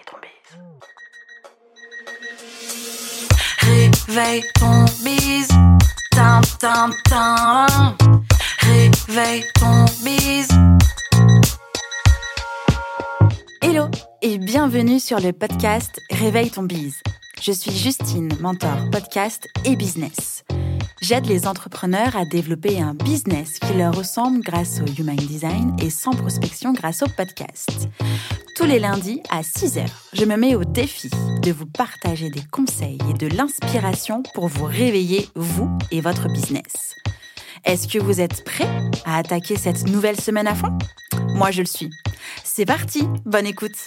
ton bise. Réveille ton bise. Tin, tin, tin. Réveille ton bise. Hello et bienvenue sur le podcast Réveille ton bise. Je suis Justine, mentor podcast et business. J'aide les entrepreneurs à développer un business qui leur ressemble grâce au Human Design et sans prospection grâce au podcast. Tous les lundis à 6h, je me mets au défi de vous partager des conseils et de l'inspiration pour vous réveiller, vous et votre business. Est-ce que vous êtes prêts à attaquer cette nouvelle semaine à fond ? Moi, je le suis. C'est parti, bonne écoute.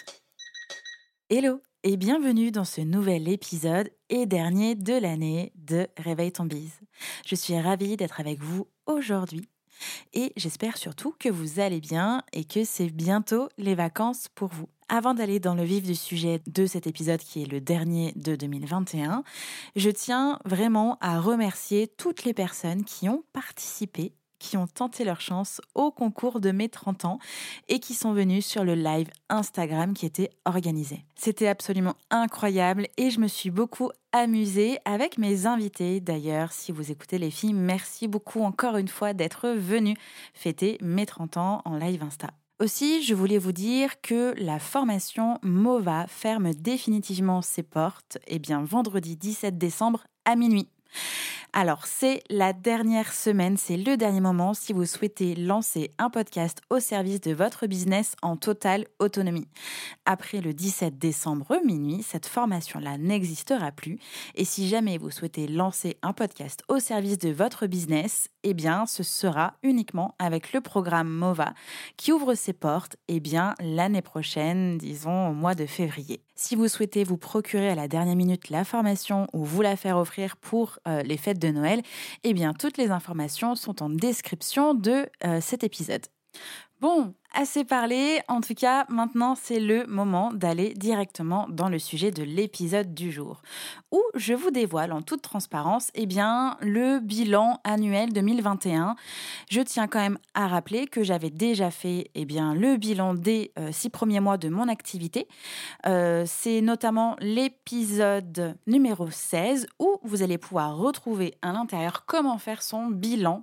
Hello et bienvenue dans ce nouvel épisode et dernier de l'année de Réveille ton bise. Je suis ravie d'être avec vous aujourd'hui et j'espère surtout que vous allez bien et que c'est bientôt les vacances pour vous. Avant d'aller dans le vif du sujet de cet épisode qui est le dernier de 2021, je tiens vraiment à remercier toutes les personnes qui ont participé, qui ont tenté leur chance au concours de mes 30 ans et qui sont venus sur le live Instagram qui était organisé. C'était absolument incroyable et je me suis beaucoup amusée avec mes invités. D'ailleurs, si vous écoutez les filles, merci beaucoup encore une fois d'être venus fêter mes 30 ans en live Insta. Aussi, je voulais vous dire que la formation MOVA ferme définitivement ses portes vendredi 17 décembre à minuit. Alors, c'est la dernière semaine, c'est le dernier moment si vous souhaitez lancer un podcast au service de votre business en totale autonomie. Après le 17 décembre minuit, cette formation-là n'existera plus. Et si jamais vous souhaitez lancer un podcast au service de votre business, ce sera uniquement avec le programme MOVA qui ouvre ses portes l'année prochaine, disons au mois de février. Si vous souhaitez vous procurer à la dernière minute la formation ou vous la faire offrir pour les fêtes de Noël, toutes les informations sont en description de cet épisode. Bon, assez parlé. En tout cas, maintenant, c'est le moment d'aller directement dans le sujet de l'épisode du jour, où je vous dévoile en toute transparence le bilan annuel 2021. Je tiens quand même à rappeler que j'avais déjà fait le bilan des 6 premiers mois de mon activité. C'est notamment l'épisode numéro 16 où vous allez pouvoir retrouver à l'intérieur comment faire son bilan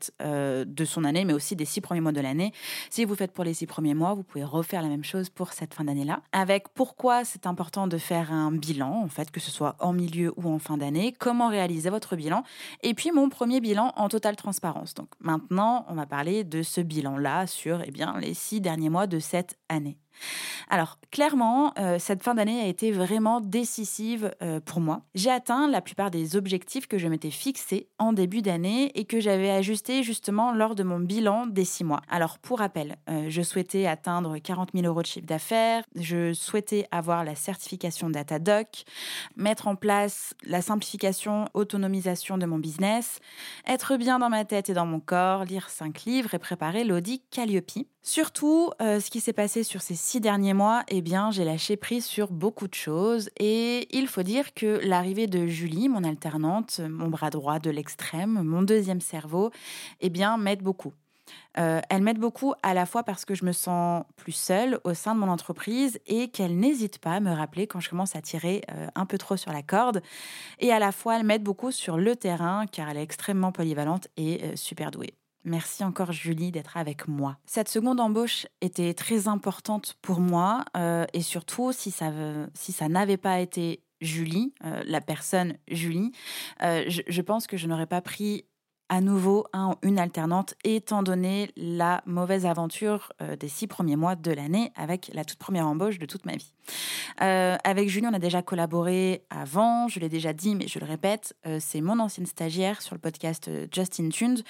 de son année, mais aussi des 6 premiers mois de l'année. Si vous faites pour les 6 premiers mois, vous pouvez refaire la même chose pour cette fin d'année-là. Avec pourquoi c'est important de faire un bilan, que ce soit en milieu ou en fin d'année, comment réaliser votre bilan, et puis mon premier bilan en totale transparence. Donc maintenant, on va parler de ce bilan-là sur les 6 derniers mois de cette année. Alors, clairement, cette fin d'année a été vraiment décisive pour moi. J'ai atteint la plupart des objectifs que je m'étais fixés en début d'année et que j'avais ajustés justement lors de mon bilan des 6 mois. Alors, pour rappel, je souhaitais atteindre 40 000 € de chiffre d'affaires, je souhaitais avoir la certification Datadoc, mettre en place la simplification, autonomisation de mon business, être bien dans ma tête et dans mon corps, lire 5 livres et préparer l'audit Calliope. Surtout, ce qui s'est passé sur ces 6 derniers mois, j'ai lâché prise sur beaucoup de choses et il faut dire que l'arrivée de Julie, mon alternante, mon bras droit de l'extrême, mon deuxième cerveau, m'aide beaucoup. Elle m'aide beaucoup à la fois parce que je me sens plus seule au sein de mon entreprise et qu'elle n'hésite pas à me rappeler quand je commence à tirer un peu trop sur la corde. Et à la fois, elle m'aide beaucoup sur le terrain car elle est extrêmement polyvalente et super douée. Merci encore Julie d'être avec moi. Cette seconde embauche était très importante pour moi et surtout si ça n'avait pas été Julie, la personne Julie, je pense que je n'aurais pas pris à nouveau une alternante étant donné la mauvaise aventure des 6 premiers mois de l'année avec la toute première embauche de toute ma vie. Avec Julie, on a déjà collaboré avant, je l'ai déjà dit, mais je le répète, c'est mon ancienne stagiaire sur le podcast Justin Tunes,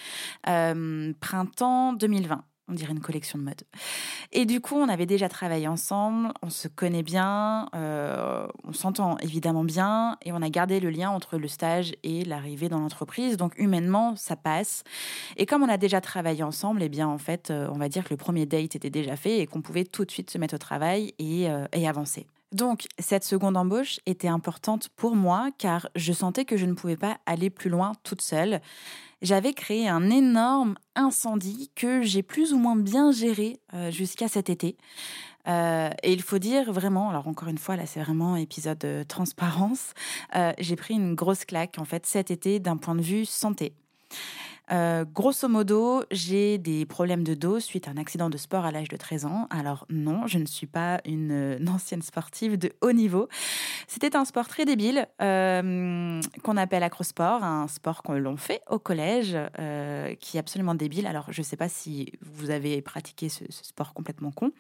printemps 2020. On dirait une collection de mode. Et du coup, on avait déjà travaillé ensemble, on se connaît bien, on s'entend évidemment bien, et on a gardé le lien entre le stage et l'arrivée dans l'entreprise. Donc, humainement, ça passe. Et comme on a déjà travaillé ensemble, on va dire que le premier date était déjà fait et qu'on pouvait tout de suite se mettre au travail et avancer. Donc, cette seconde embauche était importante pour moi car je sentais que je ne pouvais pas aller plus loin toute seule. J'avais créé un énorme incendie que j'ai plus ou moins bien géré jusqu'à cet été. Et il faut dire vraiment, alors encore une fois, là c'est vraiment épisode transparence, j'ai pris une grosse claque en fait cet été d'un point de vue santé. Grosso modo, j'ai des problèmes de dos suite à un accident de sport à l'âge de 13 ans. Alors non, je ne suis pas une ancienne sportive de haut niveau. C'était un sport très débile qu'on appelle acrosport, un sport que l'on fait au collège, qui est absolument débile. Alors je ne sais pas si vous avez pratiqué ce sport complètement con.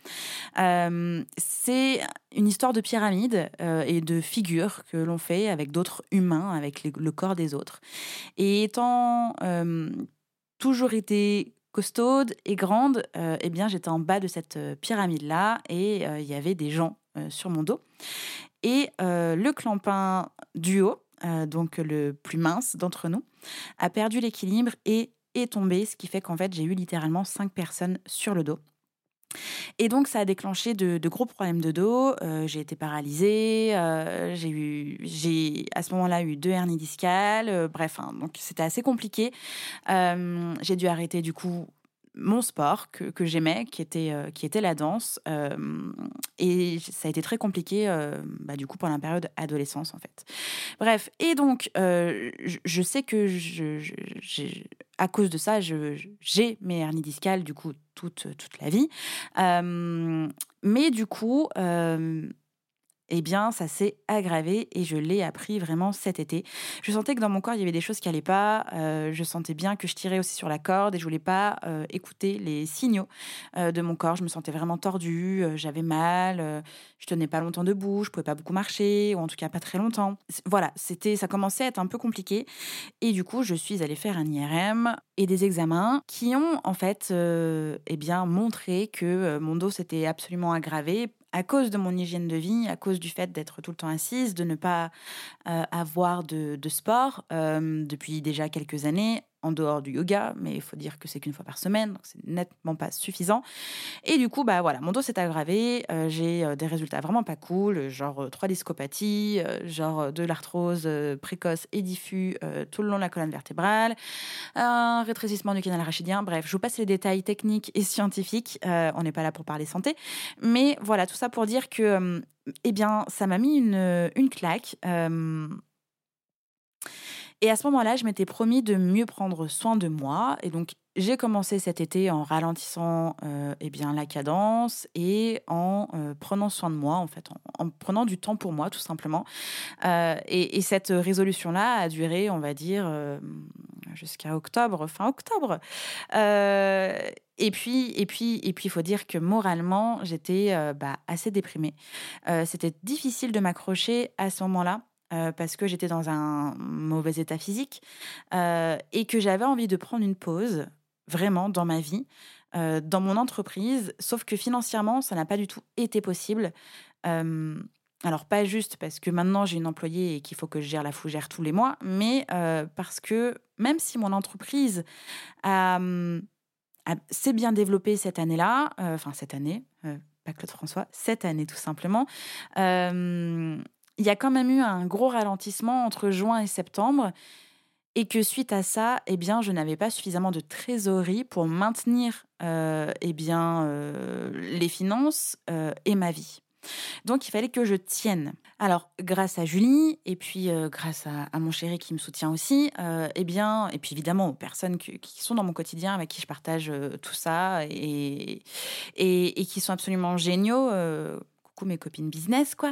C'est une histoire de pyramide et de figures que l'on fait avec d'autres humains, avec le corps des autres. Et étant toujours été costaude et grande, eh bien, j'étais en bas de cette pyramide-là et il y avait des gens sur mon dos. Et le clampin du haut, donc le plus mince d'entre nous, a perdu l'équilibre et est tombé, ce qui fait qu'en fait, j'ai eu littéralement 5 personnes sur le dos. Et donc, ça a déclenché de gros problèmes de dos. J'ai été paralysée. J'ai à ce moment-là eu 2 hernies discales. Bref, hein, donc c'était assez compliqué. J'ai dû arrêter du coup mon sport que j'aimais, qui était la danse. Et ça a été très compliqué, du coup, pendant la période adolescence, en fait. Bref, et donc, je sais que à cause de ça, j'ai mes hernies discales, du coup, toute la vie. Mais du coup, eh bien, ça s'est aggravé et je l'ai appris vraiment cet été. Je sentais que dans mon corps, il y avait des choses qui n'allaient pas. Je sentais bien que je tirais aussi sur la corde et je voulais pas écouter les signaux de mon corps. Je me sentais vraiment tordue, j'avais mal, je tenais pas longtemps debout, je pouvais pas beaucoup marcher, ou en tout cas pas très longtemps. Voilà, ça commençait à être un peu compliqué. Et du coup, je suis allée faire un IRM et des examens qui ont en fait montré que mon dos s'était absolument aggravé à cause de mon hygiène de vie, à cause du fait d'être tout le temps assise, de ne pas avoir de sport depuis déjà quelques années, en dehors du yoga, mais il faut dire que c'est qu'une fois par semaine, donc c'est nettement pas suffisant. Et du coup, voilà, mon dos s'est aggravé, j'ai des résultats vraiment pas cool, genre 3 discopathies, genre de l'arthrose précoce et diffus tout le long de la colonne vertébrale, un rétrécissement du canal rachidien. Bref, je vous passe les détails techniques et scientifiques. On n'est pas là pour parler santé. Mais voilà, tout ça pour dire que, ça m'a mis une claque. Et à ce moment-là, je m'étais promis de mieux prendre soin de moi. Et donc, j'ai commencé cet été en ralentissant la cadence et en prenant soin de moi, en fait, en prenant du temps pour moi, tout simplement. Et cette résolution-là a duré, on va dire, jusqu'à fin octobre. Et puis, il faut dire que moralement, j'étais assez déprimée. C'était difficile de m'accrocher à ce moment-là. Parce que j'étais dans un mauvais état physique et que j'avais envie de prendre une pause, vraiment, dans ma vie, dans mon entreprise, sauf que financièrement, ça n'a pas du tout été possible. Alors, pas juste parce que maintenant, j'ai une employée et qu'il faut que je gère la fougère tous les mois, mais parce que même si mon entreprise s'est bien développée cette année-là, cette année, pas Claude François, cette année tout simplement, il y a quand même eu un gros ralentissement entre juin et septembre et que suite à ça, je n'avais pas suffisamment de trésorerie pour maintenir les finances et ma vie. Donc, il fallait que je tienne. Alors, grâce à Julie et puis grâce à mon chéri qui me soutient aussi, et puis évidemment aux personnes qui sont dans mon quotidien, avec qui je partage tout ça et qui sont absolument géniaux. Coucou mes copines business, quoi.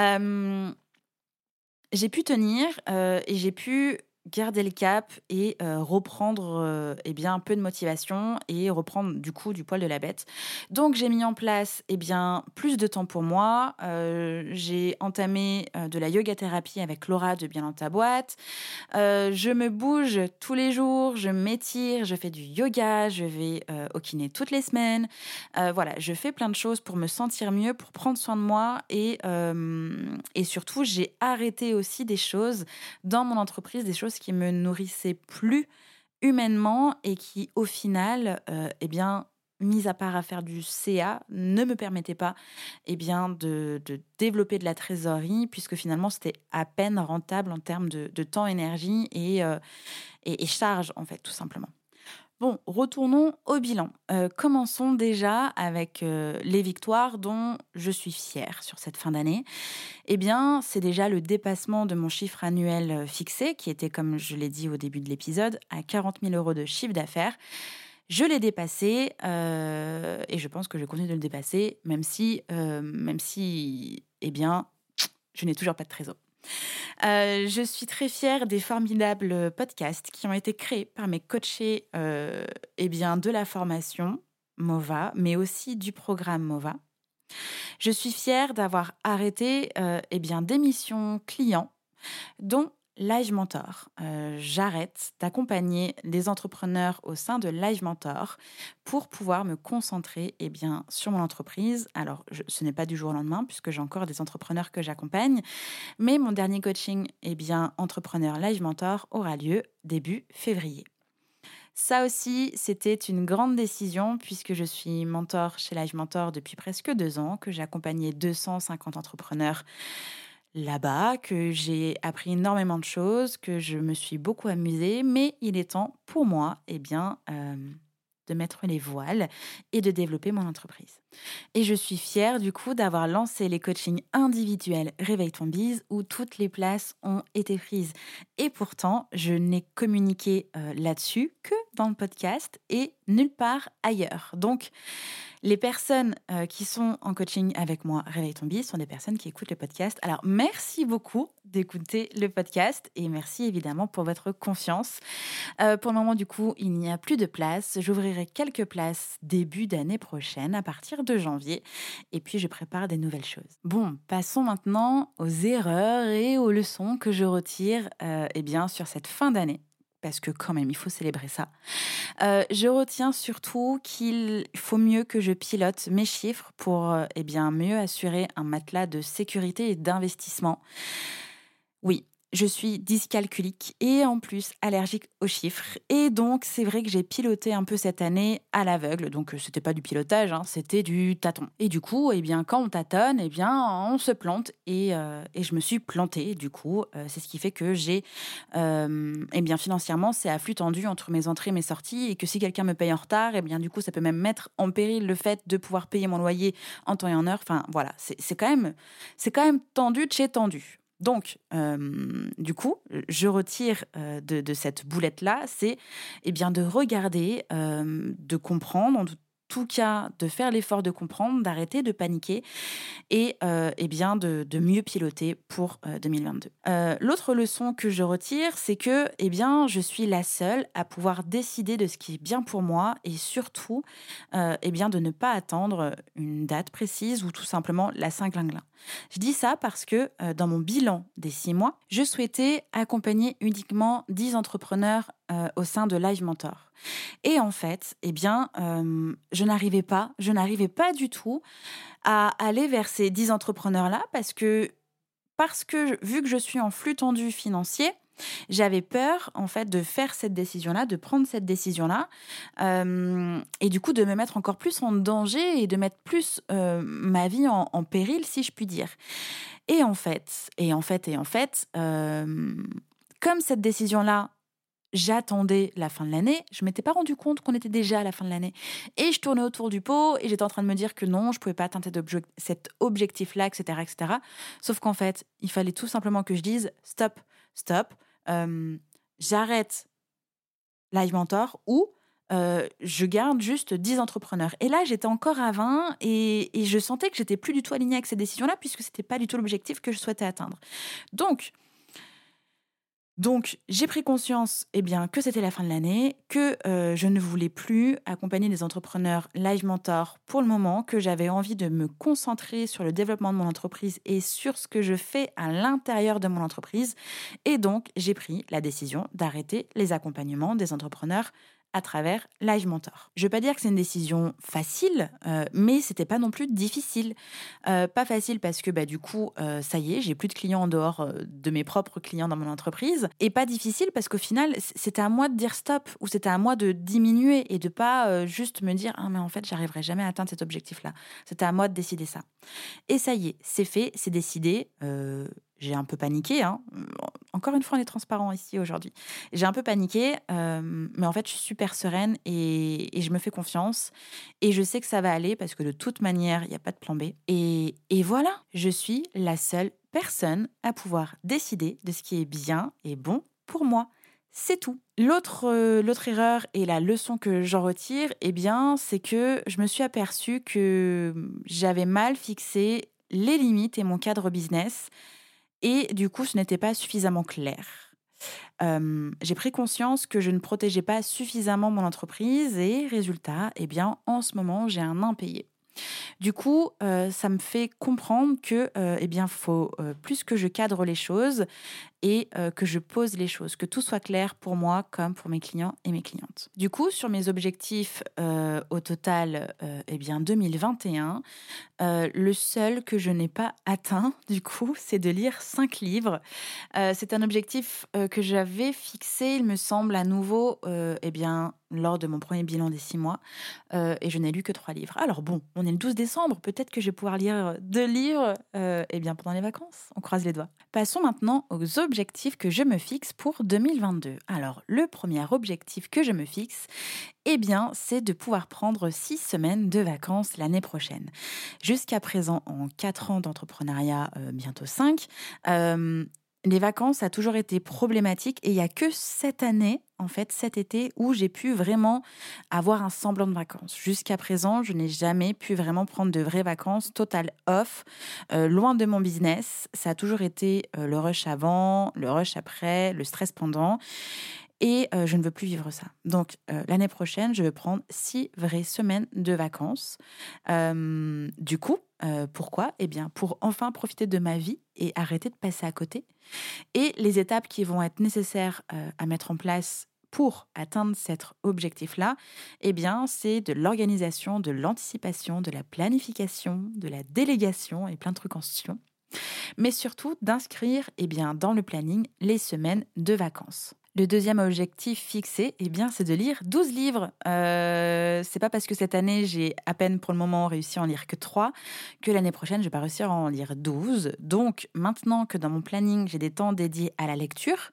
J'ai pu tenir et j'ai pu garder le cap et reprendre un peu de motivation et reprendre du coup du poil de la bête. Donc j'ai mis en place plus de temps pour moi. J'ai entamé de la yoga thérapie avec Laura de Bien dans ta boîte. Je me bouge tous les jours, je m'étire, je fais du yoga, je vais au kiné toutes les semaines. Je fais plein de choses pour me sentir mieux, pour prendre soin de moi et surtout j'ai arrêté aussi des choses dans mon entreprise, des choses qui me nourrissaient plus humainement et qui, au final, mis à part à faire du CA, ne me permettaient pas de développer de la trésorerie, puisque finalement, c'était à peine rentable en termes de temps, énergie et charge, en fait, tout simplement. Bon, retournons au bilan. Commençons déjà avec les victoires dont je suis fière sur cette fin d'année. Eh bien, c'est déjà le dépassement de mon chiffre annuel fixé, qui était, comme je l'ai dit au début de l'épisode, à 40 000 € de chiffre d'affaires. Je l'ai dépassé et je pense que je continue de le dépasser, même si, eh bien, je n'ai toujours pas de trésor. Je suis très fière des formidables podcasts qui ont été créés par mes coachés de la formation MOVA, mais aussi du programme MOVA. Je suis fière d'avoir arrêté des missions clients, dont Live Mentor. J'arrête d'accompagner les entrepreneurs au sein de Live Mentor pour pouvoir me concentrer sur mon entreprise. Alors, ce n'est pas du jour au lendemain puisque j'ai encore des entrepreneurs que j'accompagne, mais mon dernier coaching, Entrepreneur Live Mentor, aura lieu début février. Ça aussi, c'était une grande décision puisque je suis mentor chez Live Mentor depuis presque 2 ans, que j'ai accompagné 250 entrepreneurs là-bas, que j'ai appris énormément de choses, que je me suis beaucoup amusée, mais il est temps pour moi de mettre les voiles et de développer mon entreprise. Et je suis fière du coup d'avoir lancé les coachings individuels Réveille ton bise où toutes les places ont été prises. Et pourtant, je n'ai communiqué là-dessus que dans le podcast et nulle part ailleurs. Donc, les personnes qui sont en coaching avec moi, Réveille ton bise, sont des personnes qui écoutent le podcast. Alors, merci beaucoup d'écouter le podcast et merci évidemment pour votre confiance. Pour le moment, du coup, il n'y a plus de place. J'ouvrirai quelques places début d'année prochaine, à partir de janvier. Et puis, je prépare des nouvelles choses. Bon, passons maintenant aux erreurs et aux leçons que je retire sur cette fin d'année. Parce que quand même, il faut célébrer ça. Je retiens surtout qu'il faut mieux que je pilote mes chiffres pour mieux assurer un matelas de sécurité et d'investissement. Oui, je suis dyscalculique et en plus allergique aux chiffres. Et donc, c'est vrai que j'ai piloté un peu cette année à l'aveugle. Donc, c'était pas du pilotage, c'était du tâton. Et du coup, quand on tâtonne, on se plante. Et je me suis plantée, du coup. C'est ce qui fait que j'ai... financièrement, c'est à flux tendu entre mes entrées et mes sorties. Et que si quelqu'un me paye en retard, du coup, ça peut même mettre en péril le fait de pouvoir payer mon loyer en temps et en heure. Enfin, voilà, c'est quand même tendu de chez tendu. Donc, du coup, je retire de cette boulette-là, c'est de regarder, de comprendre, en tout cas de faire l'effort de comprendre, d'arrêter de paniquer et de mieux piloter pour 2022. L'autre leçon que je retire, c'est que je suis la seule à pouvoir décider de ce qui est bien pour moi et surtout de ne pas attendre une date précise ou tout simplement la Saint-Glinglin. Je dis ça parce que dans mon bilan des 6 mois, je souhaitais accompagner uniquement 10 entrepreneurs au sein de Live Mentor. Et en fait, je n'arrivais pas du tout à aller vers ces 10 entrepreneurs-là parce que vu que je suis en flux tendu financier, j'avais peur en fait de faire cette décision-là, de prendre cette décision-là et du coup de me mettre encore plus en danger et de mettre plus ma vie en péril, si je puis dire. Et en fait, comme cette décision-là, j'attendais la fin de l'année, je m'étais pas rendu compte qu'on était déjà à la fin de l'année. Et je tournais autour du pot et j'étais en train de me dire que non, je pouvais pas atteindre cet objectif-là, etc., etc. Sauf qu'en fait, il fallait tout simplement que je dise stop, j'arrête Live Mentor ou je garde juste 10 entrepreneurs. Et là, j'étais encore à 20 et je sentais que j'étais plus du tout alignée avec ces décisions-là puisque c'était pas du tout l'objectif que je souhaitais atteindre. Donc, j'ai pris conscience que c'était la fin de l'année, que je ne voulais plus accompagner des entrepreneurs Live Mentor pour le moment, que j'avais envie de me concentrer sur le développement de mon entreprise et sur ce que je fais à l'intérieur de mon entreprise. Et donc, j'ai pris la décision d'arrêter les accompagnements des entrepreneurs à travers Live Mentor. Je ne veux pas dire que c'est une décision facile, mais c'était pas non plus difficile. Pas facile parce que du coup, ça y est, j'ai plus de clients en dehors de mes propres clients dans mon entreprise. Et pas difficile parce qu'au final, c'était à moi de dire stop ou c'était à moi de diminuer et de pas juste me dire « Ah mais en fait, j'arriverai jamais à atteindre cet objectif-là ». C'était à moi de décider ça. Et ça y est, c'est fait, c'est décidé. J'ai un peu paniqué, encore une fois, on est transparent ici aujourd'hui. J'ai un peu paniqué, mais en fait, je suis super sereine et je me fais confiance. Et je sais que ça va aller parce que de toute manière, il n'y a pas de plan B. Et voilà, je suis la seule personne à pouvoir décider de ce qui est bien et bon pour moi. C'est tout. L'autre erreur et la leçon que j'en retire, eh bien, c'est que je me suis aperçue que j'avais mal fixé les limites et mon cadre business. Et du coup, ce n'était pas suffisamment clair. J'ai pris conscience que je ne protégeais pas suffisamment mon entreprise et résultat, eh bien, en ce moment, j'ai un impayé. Du coup, ça me fait comprendre que, eh bien, faut plus que je cadre les choses et que je pose les choses, que tout soit clair pour moi comme pour mes clients et mes clientes. Du coup, sur mes objectifs au total, eh bien 2021, le seul que je n'ai pas atteint, du coup, c'est de lire 5 livres. C'est un objectif que j'avais fixé, il me semble, à nouveau, eh bien, lors de mon premier bilan des 6 mois, et je n'ai lu que 3 livres. Alors bon, on est le 12 décembre, peut-être que je vais pouvoir lire 2 livres eh bien, pendant les vacances. On croise les doigts. Passons maintenant aux objectifs que je me fixe pour 2022. Alors, le premier objectif que je me fixe, eh bien, c'est de pouvoir prendre 6 semaines de vacances l'année prochaine. Jusqu'à présent, en 4 ans d'entrepreneuriat, bientôt 5, les vacances, ça a toujours été problématique et il n'y a que cette année, en fait, cet été, où j'ai pu vraiment avoir un semblant de vacances. Jusqu'à présent, je n'ai jamais pu vraiment prendre de vraies vacances, total off, loin de mon business. Ça a toujours été le rush avant, le rush après, le stress pendant. Et je ne veux plus vivre ça. Donc, l'année prochaine, je vais prendre 6 vraies semaines de vacances. Du coup, pourquoi ? Eh bien, pour enfin profiter de ma vie et arrêter de passer à côté. Et les étapes qui vont être nécessaires à mettre en place pour atteindre cet objectif-là, eh bien, c'est de l'organisation, de l'anticipation, de la planification, de la délégation et plein de trucs en suivant. Mais surtout d'inscrire eh bien, dans le planning les semaines de vacances. Le deuxième objectif fixé, eh bien, c'est de lire 12 livres. C'est pas parce que cette année, j'ai à peine pour le moment réussi à en lire que 3, que l'année prochaine, je vais pas réussir à en lire 12. Donc, maintenant que dans mon planning, j'ai des temps dédiés à la lecture,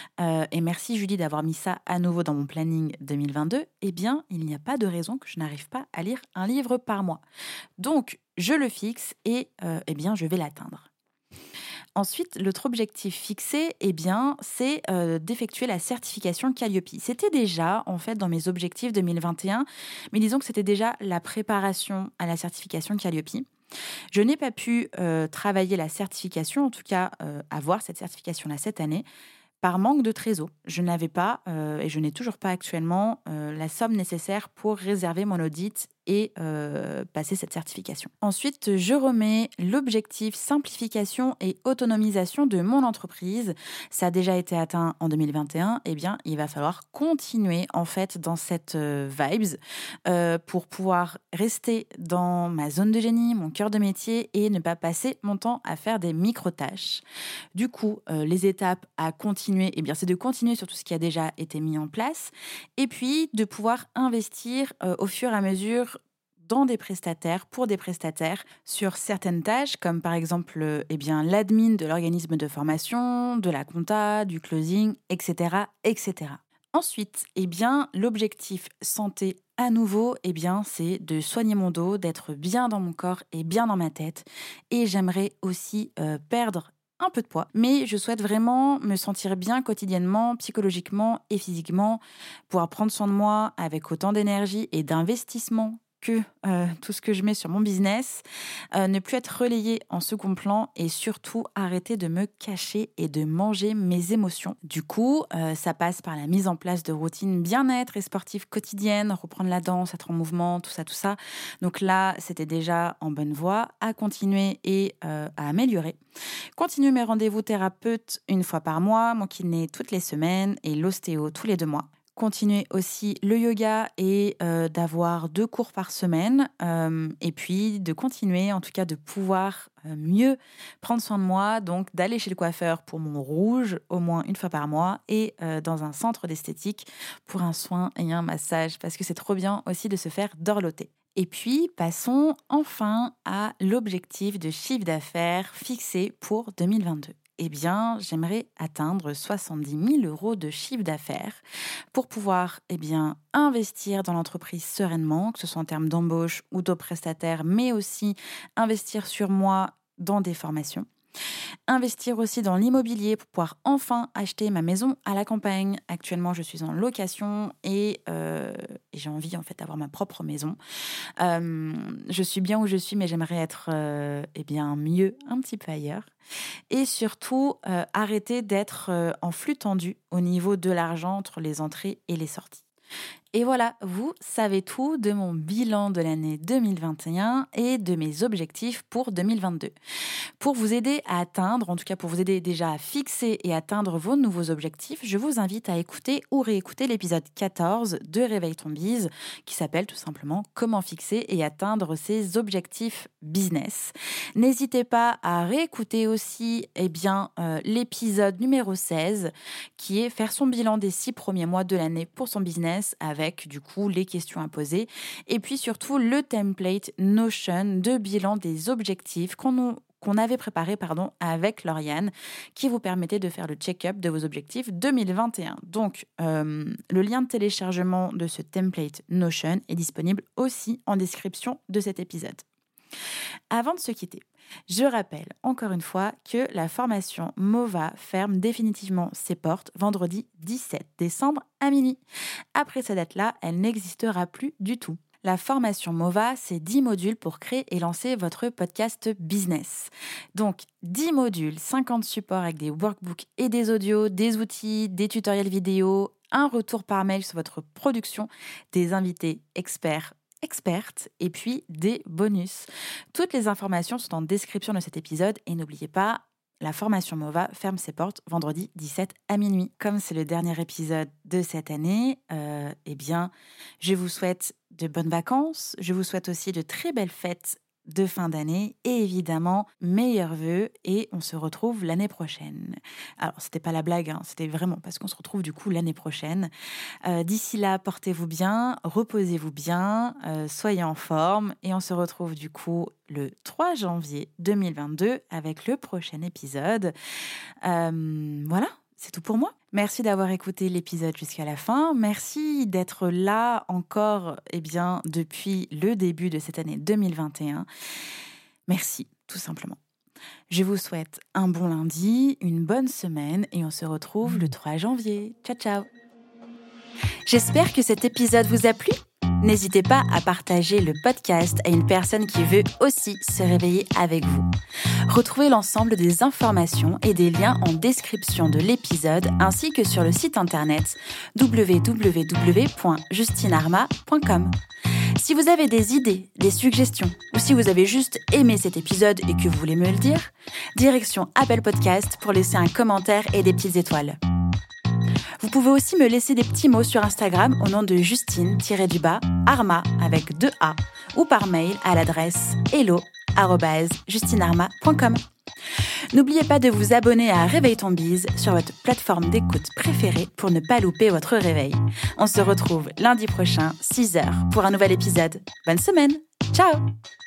et merci Julie d'avoir mis ça à nouveau dans mon planning 2022, eh bien, il n'y a pas de raison que je n'arrive pas à lire un livre par mois. Donc, je le fixe et eh bien, je vais l'atteindre. Ensuite, l'autre objectif fixé, eh bien, c'est d'effectuer la certification Calliope. C'était déjà, en fait, dans mes objectifs 2021, mais disons que c'était déjà la préparation à la certification Calliope. Je n'ai pas pu travailler la certification, en tout cas avoir cette certification-là cette année, par manque de trésor. Je n'avais pas, et je n'ai toujours pas actuellement, la somme nécessaire pour réserver mon audit et passer cette certification. Ensuite, je remets l'objectif simplification et autonomisation de mon entreprise. Ça a déjà été atteint en 2021. Eh bien, il va falloir continuer en fait dans cette vibes pour pouvoir rester dans ma zone de génie, mon cœur de métier et ne pas passer mon temps à faire des micro-tâches. Du coup, les étapes à continuer, eh bien, c'est de continuer sur tout ce qui a déjà été mis en place et puis de pouvoir investir au fur et à mesure dans des prestataires, pour des prestataires, sur certaines tâches, comme par exemple eh bien, l'admin de l'organisme de formation, de la compta, du closing, etc. etc. Ensuite, eh bien, l'objectif santé à nouveau, eh bien, c'est de soigner mon dos, d'être bien dans mon corps et bien dans ma tête. Et j'aimerais aussi perdre un peu de poids, mais je souhaite vraiment me sentir bien quotidiennement, psychologiquement et physiquement, pouvoir prendre soin de moi avec autant d'énergie et d'investissement que tout ce que je mets sur mon business, ne plus être relayé en second plan et surtout arrêter de me cacher et de manger mes émotions. Du coup, ça passe par la mise en place de routines bien-être et sportives quotidiennes, reprendre la danse, être en mouvement, tout ça. Donc là, c'était déjà en bonne voie, à continuer et à améliorer. Continuer mes rendez-vous thérapeutes 1 fois par mois, mon kiné toutes les semaines et l'ostéo tous les 2 mois. Continuer aussi le yoga et d'avoir 2 cours par semaine et puis de continuer, en tout cas de pouvoir mieux prendre soin de moi, donc d'aller chez le coiffeur pour mon rouge au moins 1 fois par mois et dans un centre d'esthétique pour un soin et un massage parce que c'est trop bien aussi de se faire dorloter. Et puis, passons enfin à l'objectif de chiffre d'affaires fixé pour 2022. j'aimerais atteindre 70 000 € de chiffre d'affaires pour pouvoir investir dans l'entreprise sereinement, que ce soit en termes d'embauche ou de prestataires, mais aussi investir sur moi dans des formations. Investir aussi dans l'immobilier pour pouvoir enfin acheter ma maison à la campagne. Actuellement, je suis en location et j'ai envie en fait d'avoir ma propre maison. Je suis bien où je suis, mais j'aimerais être mieux un petit peu ailleurs. Et surtout, arrêter d'être en flux tendu au niveau de l'argent entre les entrées et les sorties. Et voilà, vous savez tout de mon bilan de l'année 2021 et de mes objectifs pour 2022. Pour vous aider à atteindre, en tout cas pour vous aider déjà à fixer et atteindre vos nouveaux objectifs, je vous invite à écouter ou réécouter l'épisode 14 de Réveille ton Biz, qui s'appelle tout simplement « Comment fixer et atteindre ses objectifs business ». N'hésitez pas à réécouter aussi l'épisode numéro 16, qui est « Faire son bilan des 6 premiers mois de l'année pour son business » avec du coup les questions à poser et puis surtout le template Notion de bilan des objectifs qu'on avait préparé avec Lauriane, qui vous permettait de faire le check-up de vos objectifs 2021. Donc, le lien de téléchargement de ce template Notion est disponible aussi en description de cet épisode. Avant de se quitter, je rappelle encore une fois que la formation MOVA ferme définitivement ses portes vendredi 17 décembre à minuit. Après cette date-là, elle n'existera plus du tout. La formation MOVA, c'est 10 modules pour créer et lancer votre podcast business. Donc, 10 modules, 50 supports avec des workbooks et des audios, des outils, des tutoriels vidéo, un retour par mail sur votre production, des invités expertes et puis des bonus. Toutes les informations sont en description de cet épisode et n'oubliez pas, la formation MOVA ferme ses portes vendredi 17 à minuit. Comme c'est le dernier épisode de cette année, je vous souhaite de bonnes vacances. Je vous souhaite aussi de très belles fêtes de fin d'année et évidemment, meilleurs vœux et on se retrouve l'année prochaine. Alors, c'était pas la blague, c'était vraiment parce qu'on se retrouve du coup l'année prochaine. D'ici là, portez-vous bien, reposez-vous bien, soyez en forme et on se retrouve du coup le 3 janvier 2022 avec le prochain épisode. Voilà. C'est tout pour moi. Merci d'avoir écouté l'épisode jusqu'à la fin. Merci d'être là encore depuis le début de cette année 2021. Merci, tout simplement. Je vous souhaite un bon lundi, une bonne semaine et on se retrouve le 3 janvier. Ciao, ciao. J'espère que cet épisode vous a plu. N'hésitez pas à partager le podcast à une personne qui veut aussi se réveiller avec vous. Retrouvez l'ensemble des informations et des liens en description de l'épisode ainsi que sur le site internet www.justinarma.com. Si vous avez des idées, des suggestions ou si vous avez juste aimé cet épisode et que vous voulez me le dire, direction Apple Podcast pour laisser un commentaire et des petites étoiles. Vous pouvez aussi me laisser des petits mots sur Instagram au nom de Justine-Arma avec 2 A ou par mail à l'adresse hello@justinarma.com. N'oubliez pas de vous abonner à Réveille ton Biz sur votre plateforme d'écoute préférée pour ne pas louper votre réveil. On se retrouve lundi prochain, 6h, pour un nouvel épisode. Bonne semaine. Ciao!